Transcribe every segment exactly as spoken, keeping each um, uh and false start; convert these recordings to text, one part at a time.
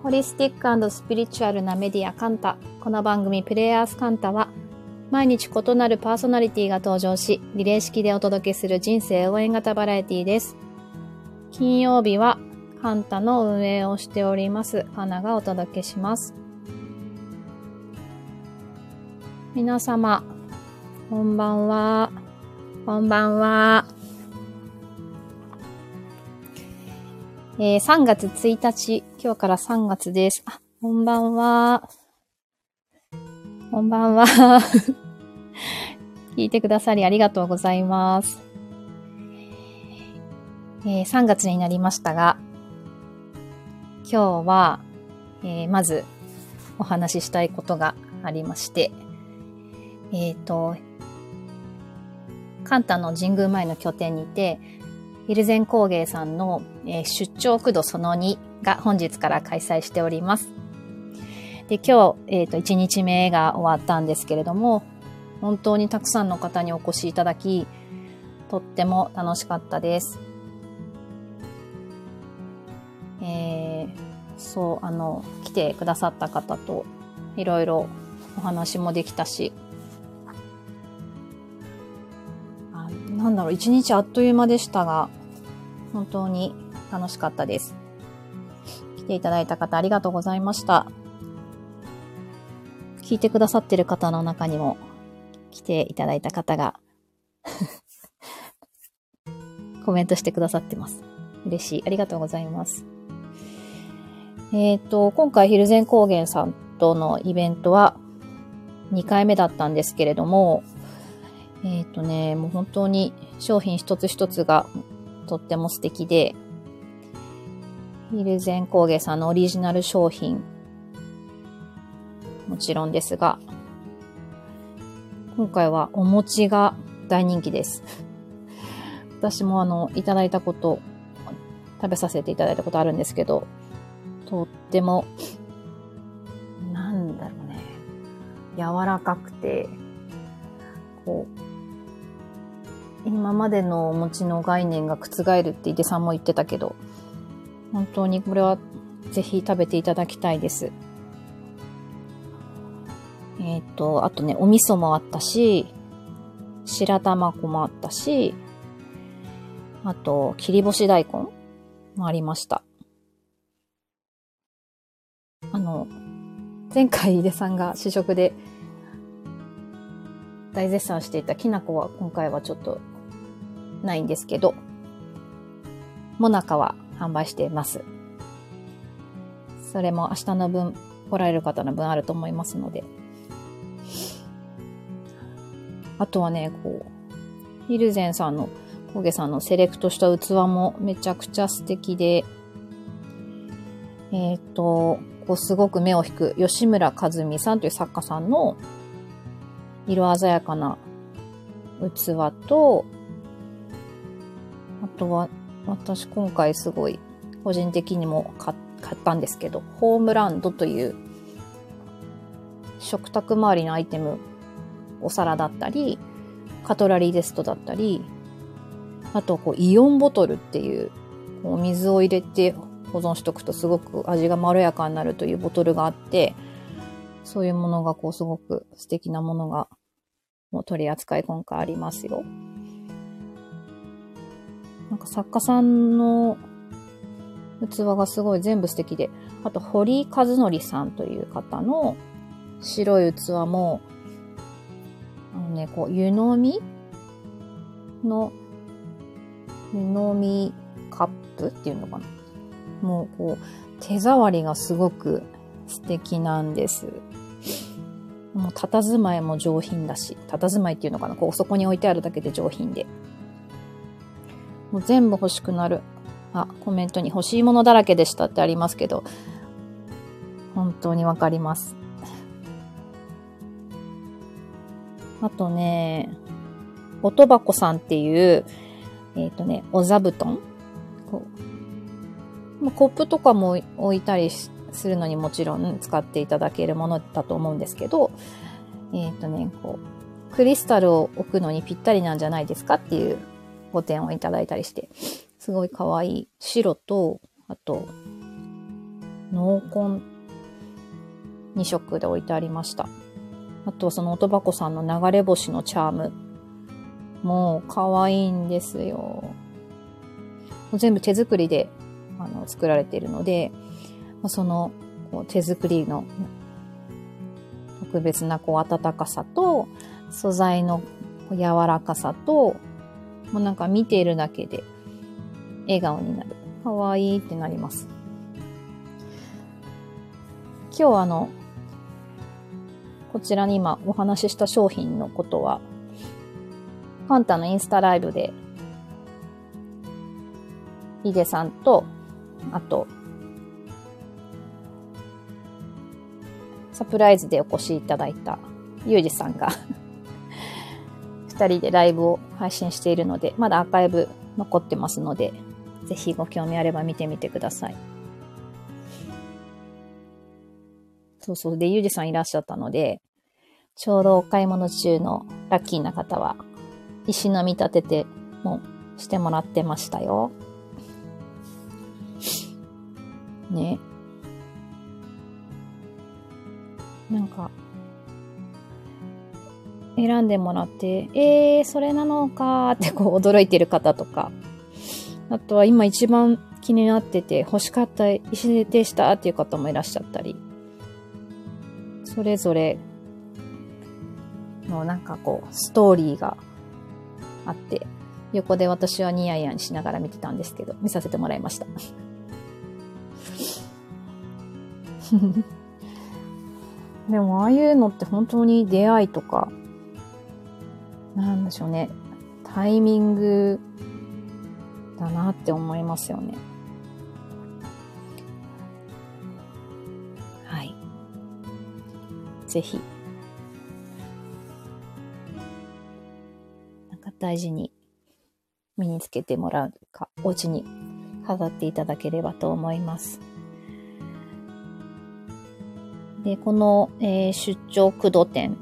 ホリスティック&スピリチュアルなメディアカンタ。この番組プレイヤースカンタは毎日異なるパーソナリティが登場し、リレー式でお届けする人生応援型バラエティです。金曜日はカンタの運営をしておりますカナがお届けします。皆様、こんばんは。こんばんは。えー、さんがつついたち、今日からさんがつです。あ、こんばんは。こんばんは。聞いてくださりありがとうございます。えー、さんがつになりましたが、今日は、えー、まずお話ししたいことがありまして、えっと、カンタの神宮前の拠点にて、ヒルゼン工芸さんの、えー、出張駆動そのにが本日から開催しております。で、今日、えっと、いちにちめが終わったんですけれども、本当にたくさんの方にお越しいただき、とっても楽しかったです。えー、そう、あの、来てくださった方といろいろお話もできたし、あ、なんだろう、一日あっという間でしたが、本当に楽しかったです。来ていただいた方ありがとうございました。聞いてくださってる方の中にも来ていただいた方がコメントしてくださってます。嬉しい。ありがとうございます。えっと、今回ヒルゼン工芸さんとのイベントはにかいめだったんですけれども、えっとね、もう本当に商品一つ一つがとっても素敵で、ヒルゼン工芸さんのオリジナル商品、もちろんですが、今回はお餅が大人気です。私もあの、いただいたこと、食べさせていただいたことあるんですけど、とっても、なんだろうね、柔らかくて、こう、今までのお餅の概念が覆るって井出さんも言ってたけど、本当にこれはぜひ食べていただきたいです。えっと、あとね、お味噌もあったし、白玉粉もあったし、あと、切り干し大根もありました。あの、前回井出さんが試食で大絶賛していたきな粉は今回はちょっとないんですけど、もなかは販売しています。それも明日の分、来られる方の分あると思いますので。あとはね、こう、ヒルゼンさんの、工芸さんのセレクトした器もめちゃくちゃ素敵で、えっと、こうすごく目を引く吉村和美さんという作家さんの色鮮やかな器と、あとは私今回すごい個人的にも買ったんですけど、ホームランドという食卓周りのアイテム、お皿だったり、カトラリーデストだったり、あとこうイオンボトルっていう、こう水を入れて保存しとくとすごく味がまろやかになるというボトルがあって、そういうものがこうすごく素敵なものがもう取り扱い今回ありますよ。なんか作家さんの器がすごい全部素敵で、あと堀井和則さんという方の白い器も、あのね、こう湯飲みの湯飲みカップっていうのかな。もうこう手触りがすごく素敵なんです。もう佇まいも上品だし、佇まいっていうのかな、こうそこに置いてあるだけで上品で、もう全部欲しくなる。あ、コメントに欲しいものだらけでしたってありますけど、本当にわかります。あとね、音箱さんっていう、えっとね、お座布団、こうコップとかも置いたりするのにもちろん使っていただけるものだと思うんですけど、えっとね、こう、クリスタルを置くのにぴったりなんじゃないですかっていうご点をいただいたりして、すごい可愛い白と、あと、 濃紺に色で置いてありました。あとはその音箱さんの流れ星のチャーム。もう可愛いんですよ。全部手作りであの作られているので、そのこう手作りの特別なこう温かさと、素材の柔らかさと、もうなんか見ているだけで笑顔になる。可愛いってなります。今日あの、こちらに今お話しした商品のことは、カンタのインスタライブで、ヒデさんと、あと、サプライズでお越しいただいたユージさんが二人でライブを配信しているので、まだアーカイブ残ってますので、ぜひご興味あれば見てみてください。そうそう。で、ユージさんいらっしゃったので、ちょうどお買い物中のラッキーな方は、石の見立ててもしてもらってましたよ。ね。なんか、選んでもらって、えー、それなのかーってこう驚いてる方とか、あとは今一番気になってて欲しかった石でしたっていう方もいらっしゃったり、それぞれのなんかこうストーリーがあって、横で私はニヤニヤしながら見てたんですけど、見させてもらいました。でもああいうのって本当に出会いとか、なんでしょうね、タイミングだなって思いますよね。はい。ぜひ、なんか大事に身につけてもらうか、お家に飾っていただければと思います。で、この、えー、出張駆動展。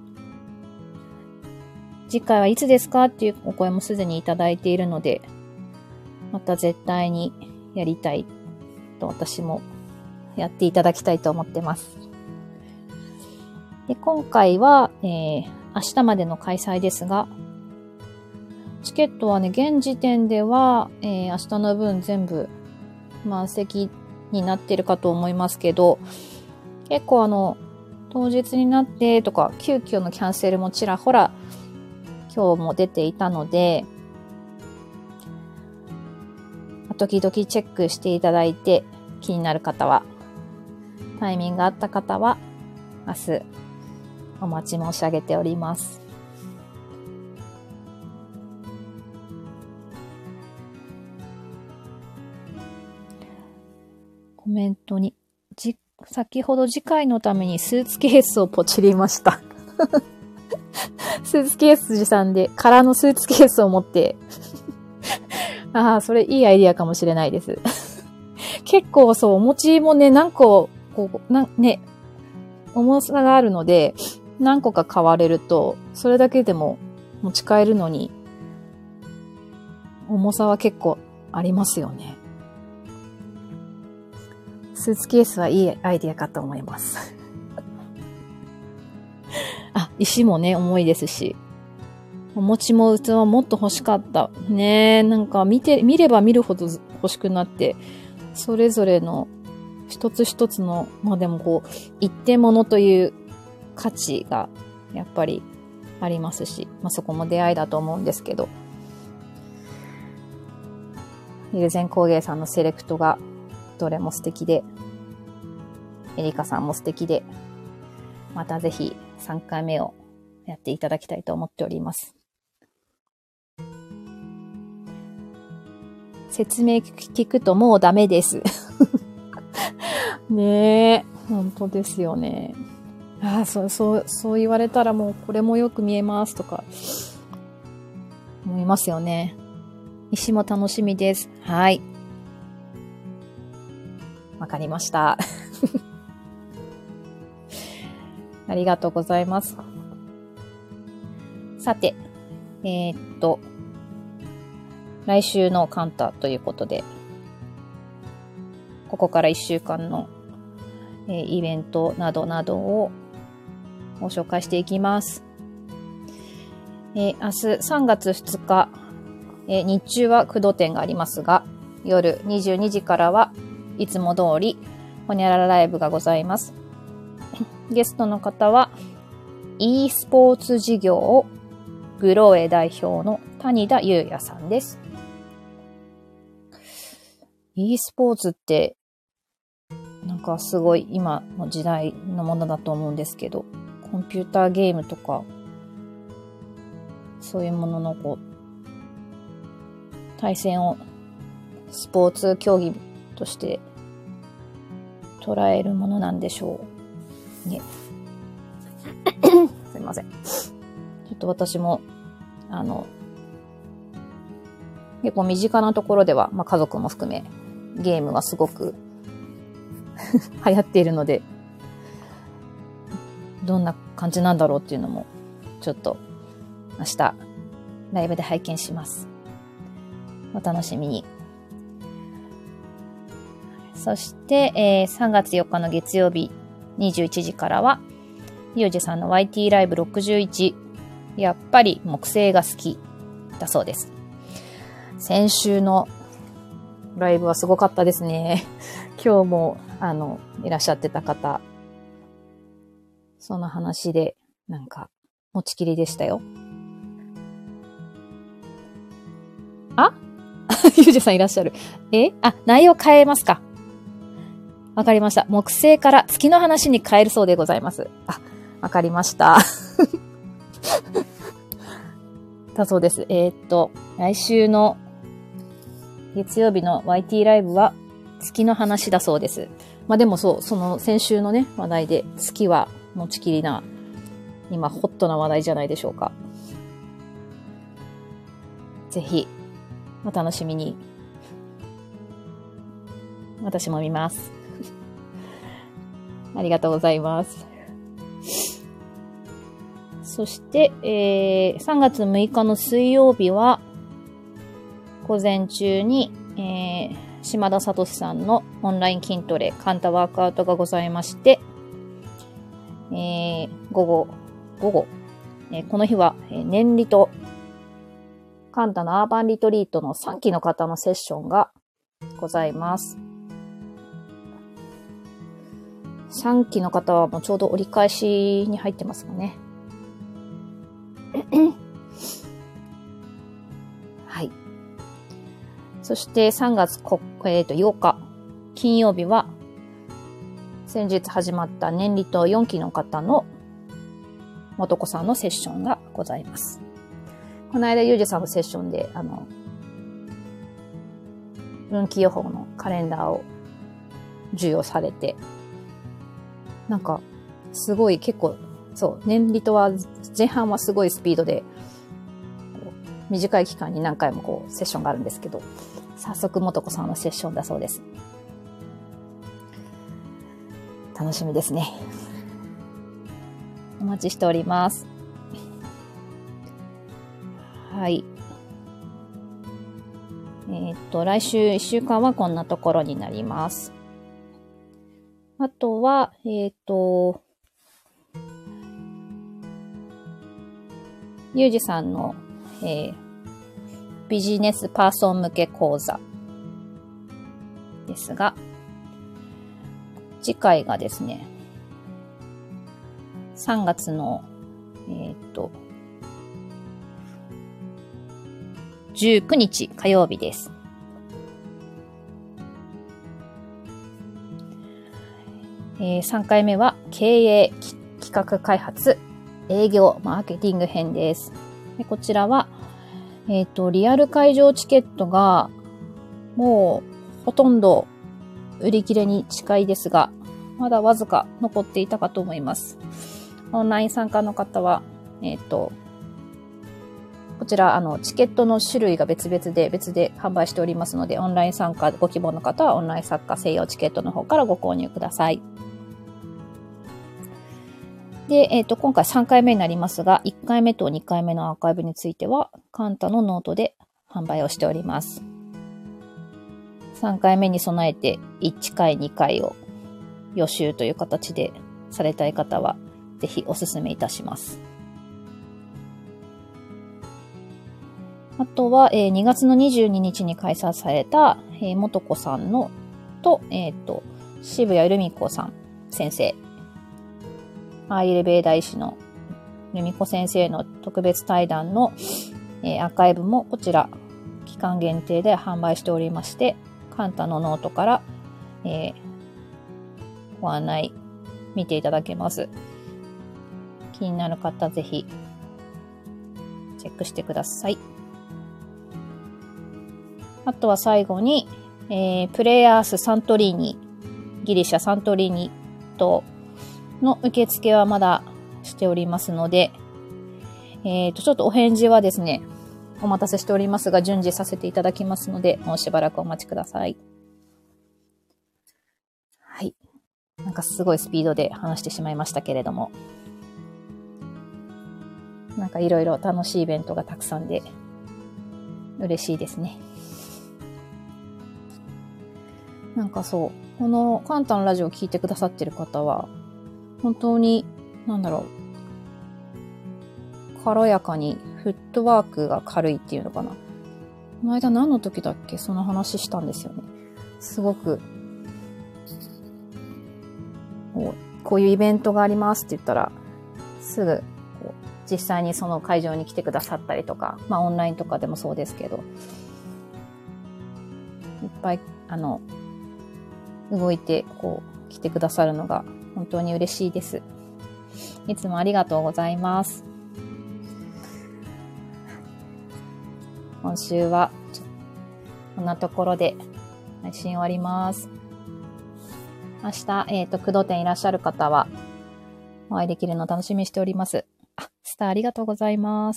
次回はいつですかっていうお声もすでにいただいているので、また絶対にやりたいと私もやっていただきたいと思ってます。で、今回は、えー、明日までの開催ですが、チケットはね、現時点では、えー、明日の分全部満席になってるかと思いますけど、結構あの、当日になってとか、急遽のキャンセルもちらほら、今日も出ていたので、時々チェックしていただいて、気になる方は、タイミングがあった方は、明日、お待ち申し上げております。コメントに、じ、先ほど次回のためにスーツケースをポチりました。スーツケース持参で、空のスーツケースを持って、ああ、それいいアイディアかもしれないです。結構そう、お餅もね、何個、こう、な、ね、重さがあるので、何個か買われると、それだけでも持ち帰るのに、重さは結構ありますよね。スーツケースはいいアイディアかと思います。あ、石もね、重いですし。お餅も器ももっと欲しかった。ねえ、なんか見て、見れば見るほど欲しくなって、それぞれの一つ一つの、まあでもこう、一点物という価値がやっぱりありますし、まあそこも出会いだと思うんですけど、友禅工芸さんのセレクトがどれも素敵で、エリカさんも素敵で、またぜひさんかいめをやっていただきたいと思っております。説明聞くともうダメです。ねえ、本当ですよね。ああ、そう、そう、そう言われたらもうこれもよく見えますとか、思いますよね。石も楽しみです。はい。わかりました。ありがとうございます。さて、えー、っと、来週のカンタということで、ここからいっしゅうかんのえー、イベントなどなどをご紹介していきます。えー、明日さんがつふつか、えー、日中は工藤展がありますが、夜にじゅうにじからはいつも通りホニャララライブがございます。ゲストの方は e スポーツ事業グローエ代表の谷田裕也さんです。e スポーツってなんかすごい今の時代のものだと思うんですけど、コンピューターゲームとかそういうもののこう対戦をスポーツ競技として捉えるものなんでしょうね。すいません。ちょっと私もあの結構身近なところでは、まあ、家族も含めゲームはすごく流行っているので、どんな感じなんだろうっていうのもちょっと明日ライブで拝見します。お楽しみに。そして、えー、さんがつよっかの月曜日にじゅういちじからはゆうじさんの ワイティー ライブろくじゅういち、やっぱり木星が好きだそうです。先週のライブはすごかったですね。今日もあのいらっしゃってた方、その話でなんか持ちきりでしたよ。あゆうじさんいらっしゃる。えあ、内容変えますか。わかりました。木星から月の話に変えるそうでございます。あ、わかりました。だそうです。えー、っと、来週の月曜日の ワイティー ライブは月の話だそうです。まあでもそう、その先週のね、話題で月は持ちきりな、今ホットな話題じゃないでしょうか。ぜひ、お楽しみに。私も見ます。ありがとうございます。そして、えー、さんがつむいかの水曜日は、午前中に、えー、島田聡さんのオンライン筋トレ、カンタワークアウトがございまして、えー、午後、午後、えー、この日は、えー、年リと、カンタのアーバンリトリートのさんきの方のセッションがございます。さんきの方はもうちょうど折り返しに入ってますもんね。はい。そしてさんがつこ、えー、とようか金曜日は先日始まった年リとよんきの方の元子さんのセッションがございます。この間ゆうじさんのセッションであの運気予報のカレンダーを授与されて、なんかすごい結構そう年リとは前半はすごいスピードで短い期間に何回もこうセッションがあるんですけど、早速元子さんのセッションだそうです。楽しみですね。お待ちしております。はい。えー、っと来週いっしゅうかんはこんなところになります。あとはえー、っとゆうじさんの、えー、ビジネスパーソン向け講座ですが、次回がですね、さんがつの、えー、っと、じゅうくにち火曜日です。えー、さんかいめは経営企画開発営業マーケティング編です。でこちらは、えっと、リアル会場チケットがもうほとんど売り切れに近いですが、まだわずか残っていたかと思います。オンライン参加の方は、えっと、こちら、あの、チケットの種類が別々で、別で販売しておりますので、オンライン参加ご希望の方は、オンライン参加専用チケットの方からご購入ください。で、えっと、今回さんかいめになりますが、いっかいめとにかいめのアーカイブについては、カンタのノートで販売をしております。さんかいめに備えて、いっかい、にかいを予習という形でされたい方は、ぜひお勧めいたします。あとは、えー、にがつのにじゅうににちに開催された、えー、もとこさんの、と、えっと、渋谷ルミ子さん先生、アーユルヴェーダ医師のルミ子先生の特別対談の、えー、アーカイブもこちら、期間限定で販売しておりまして、カンタのノートから、えー、ご案内見ていただけます。気になる方、ぜひ、チェックしてください。あとは最後に、えー、プレイヤースサントリーニ、ギリシャサントリーニ島の受付はまだしておりますので、えっと、ちょっとお返事はですね、お待たせしておりますが、順次させていただきますので、もうしばらくお待ちください。はい。なんかすごいスピードで話してしまいましたけれども、なんかいろいろ楽しいイベントがたくさんで、嬉しいですね。なんかそう、このカンタのラジオを聞いてくださってる方は、本当に、なんだろう、軽やかにフットワークが軽いっていうのかな。この間何の時だっけ、その話したんですよね。すごく、こう、こういうイベントがありますって言ったら、すぐ、こう実際にその会場に来てくださったりとか、まあオンラインとかでもそうですけど、いっぱい、あの、動いて、こう、来てくださるのが本当に嬉しいです。いつもありがとうございます。今週は、こんなところで配信終わります。明日、えっと、工藤店いらっしゃる方は、お会いできるのを楽しみにしております。あ、スターありがとうございます。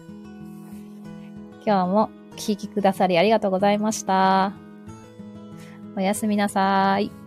今日もお聞きくださりありがとうございました。おやすみなさい。